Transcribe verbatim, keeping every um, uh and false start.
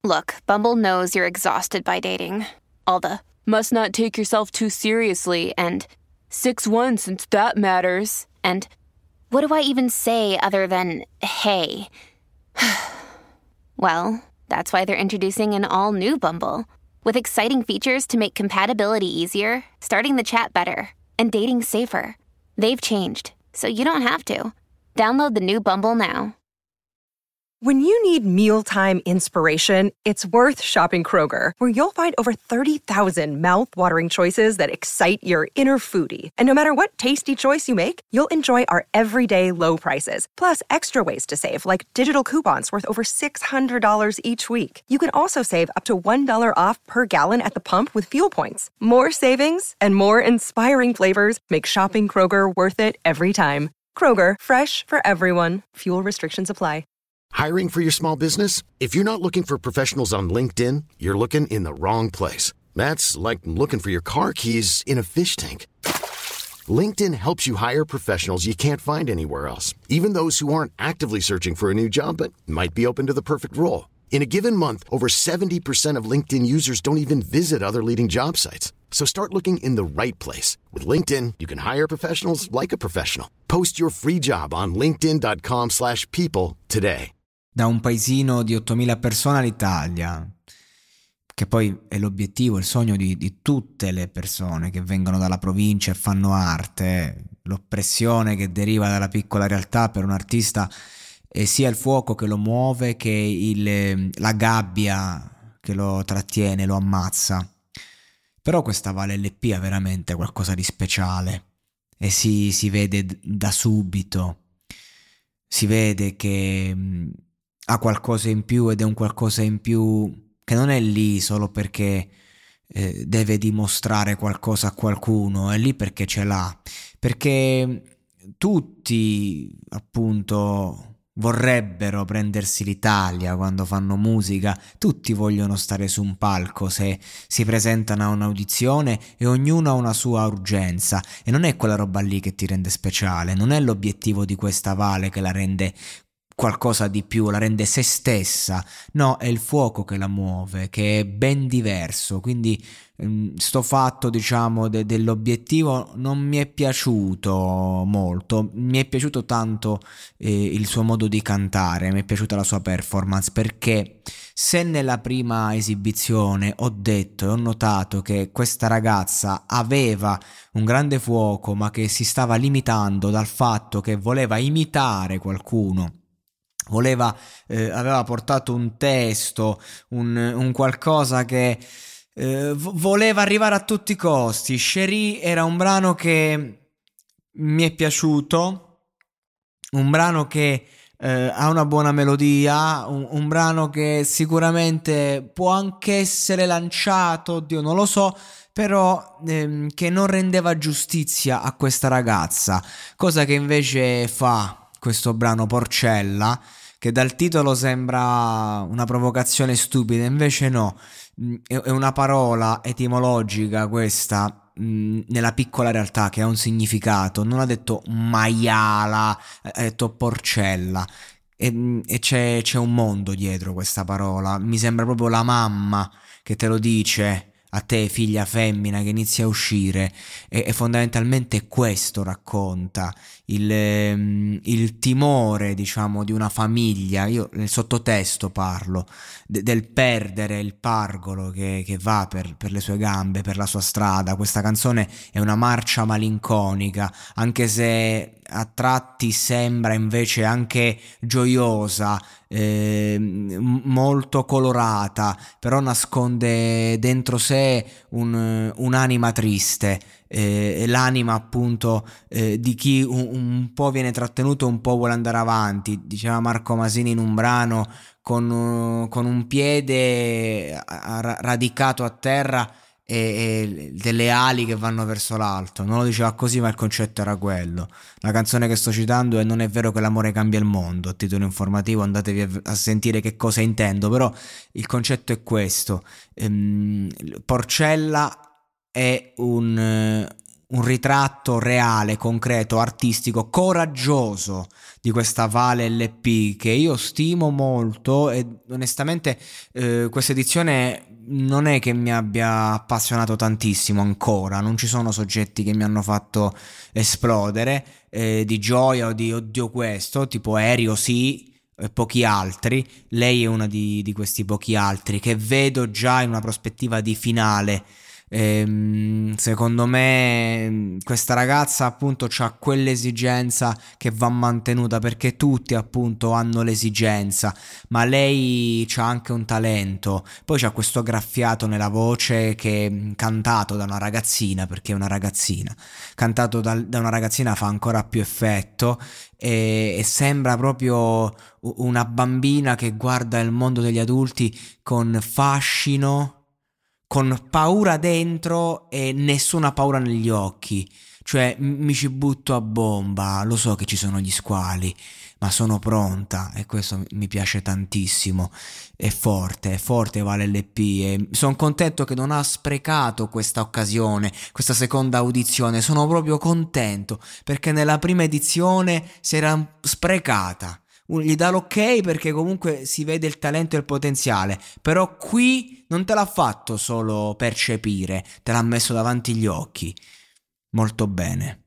Look, Bumble knows you're exhausted by dating. All the must not take yourself too seriously and six one since that matters. And what do I even say other than hey? Well, that's why they're introducing an all-new Bumble with exciting features to make compatibility easier, starting the chat better, and dating safer. They've changed, so you don't have to. Download the new Bumble now. When you need mealtime inspiration, it's worth shopping Kroger, where you'll find over thirty thousand mouth-watering choices that excite your inner foodie. And no matter what tasty choice you make, you'll enjoy our everyday low prices, plus extra ways to save, like digital coupons worth over six hundred dollars each week. You can also save up to one dollar off per gallon at the pump with fuel points. More savings and more inspiring flavors make shopping Kroger worth it every time. Kroger, fresh for everyone. Fuel restrictions apply. Hiring for your small business? If you're not looking for professionals on LinkedIn, you're looking in the wrong place. That's like looking for your car keys in a fish tank. LinkedIn helps you hire professionals you can't find anywhere else, even those who aren't actively searching for a new job but might be open to the perfect role. In a given month, over seventy percent of LinkedIn users don't even visit other leading job sites. So start looking in the right place. With LinkedIn, you can hire professionals like a professional. Post your free job on linkedin.com slash people today. Da un paesino di ottomila persone all'Italia, che poi è l'obiettivo, il sogno di, di tutte le persone che vengono dalla provincia e fanno arte, l'oppressione che deriva dalla piccola realtà per un artista è sia il fuoco che lo muove che il, la gabbia che lo trattiene, lo ammazza. Però questa Vale L P ha veramente qualcosa di speciale e si, si vede da subito, si vede che mh, ha qualcosa in più ed è un qualcosa in più che non è lì solo perché eh, deve dimostrare qualcosa a qualcuno, è lì perché ce l'ha, perché tutti appunto vorrebbero prendersi l'Italia quando fanno musica, tutti vogliono stare su un palco se si presentano a un'audizione e ognuno ha una sua urgenza e non è quella roba lì che ti rende speciale, non è l'obiettivo di questa Vale che la rende qualcosa di più, la rende se stessa, no, è il fuoco che la muove, che è ben diverso, quindi mh, sto fatto diciamo de- dell'obiettivo non mi è piaciuto molto, mi è piaciuto tanto eh, il suo modo di cantare, mi è piaciuta la sua performance, perché se nella prima esibizione ho detto e ho notato che questa ragazza aveva un grande fuoco ma che si stava limitando dal fatto che voleva imitare qualcuno, voleva eh, aveva portato un testo, un, un qualcosa che eh, vo- voleva arrivare a tutti i costi. Cherie era un brano che mi è piaciuto, un brano che eh, ha una buona melodia, un, un brano che sicuramente può anche essere lanciato, oddio non lo so, però ehm, che non rendeva giustizia a questa ragazza, cosa che invece fa questo brano Porcella, che dal titolo sembra una provocazione stupida, invece no, è una parola etimologica questa mh, nella piccola realtà che ha un significato. Non ha detto maiala, ha detto porcella e, e c'è, c'è un mondo dietro questa parola, mi sembra proprio la mamma che te lo dice a te figlia femmina che inizia a uscire e, e fondamentalmente questo racconta il, ehm, il timore diciamo di una famiglia. Io nel sottotesto parlo de, del perdere il pargolo che, che va per, per le sue gambe, per la sua strada. Questa canzone è una marcia malinconica, anche se a tratti sembra invece anche gioiosa, eh, molto colorata, però nasconde dentro sé un, un'anima triste, eh, l'anima appunto eh, di chi un, un po' viene trattenuto, un po' vuole andare avanti. Diceva Marco Masini in un brano, con, uh, con un piede a, radicato a terra e, e delle ali che vanno verso l'alto. Non lo diceva così, ma il concetto era quello. La canzone che sto citando è Non è vero che l'amore cambia il mondo, a titolo informativo andatevi a, a sentire che cosa intendo, però il concetto è questo. ehm, Porcella è un, un ritratto reale, concreto, artistico, coraggioso di questa Vale L P che io stimo molto, e onestamente eh, questa edizione non è che mi abbia appassionato tantissimo ancora, non ci sono soggetti che mi hanno fatto esplodere eh, di gioia o di oddio questo, tipo Aereo sì, e pochi altri. Lei è una di, di questi pochi altri che vedo già in una prospettiva di finale. Ehm, secondo me questa ragazza appunto c'ha quell'esigenza che va mantenuta, perché tutti appunto hanno l'esigenza, ma lei c'ha anche un talento, poi c'ha questo graffiato nella voce che cantato da una ragazzina, perché è una ragazzina, cantato da, da una ragazzina fa ancora più effetto, e, e sembra proprio una bambina che guarda il mondo degli adulti con fascino, con paura dentro e nessuna paura negli occhi. Cioè mi ci butto a bomba, lo so che ci sono gli squali, ma sono pronta, e questo mi piace tantissimo. È forte, è forte Vale L P, e sono contento che non ha sprecato questa occasione, questa seconda audizione. Sono proprio contento perché nella prima edizione si era sprecata. Gli dà l'ok perché comunque si vede il talento e il potenziale, però qui non te l'ha fatto solo percepire, te l'ha messo davanti gli occhi. Molto bene.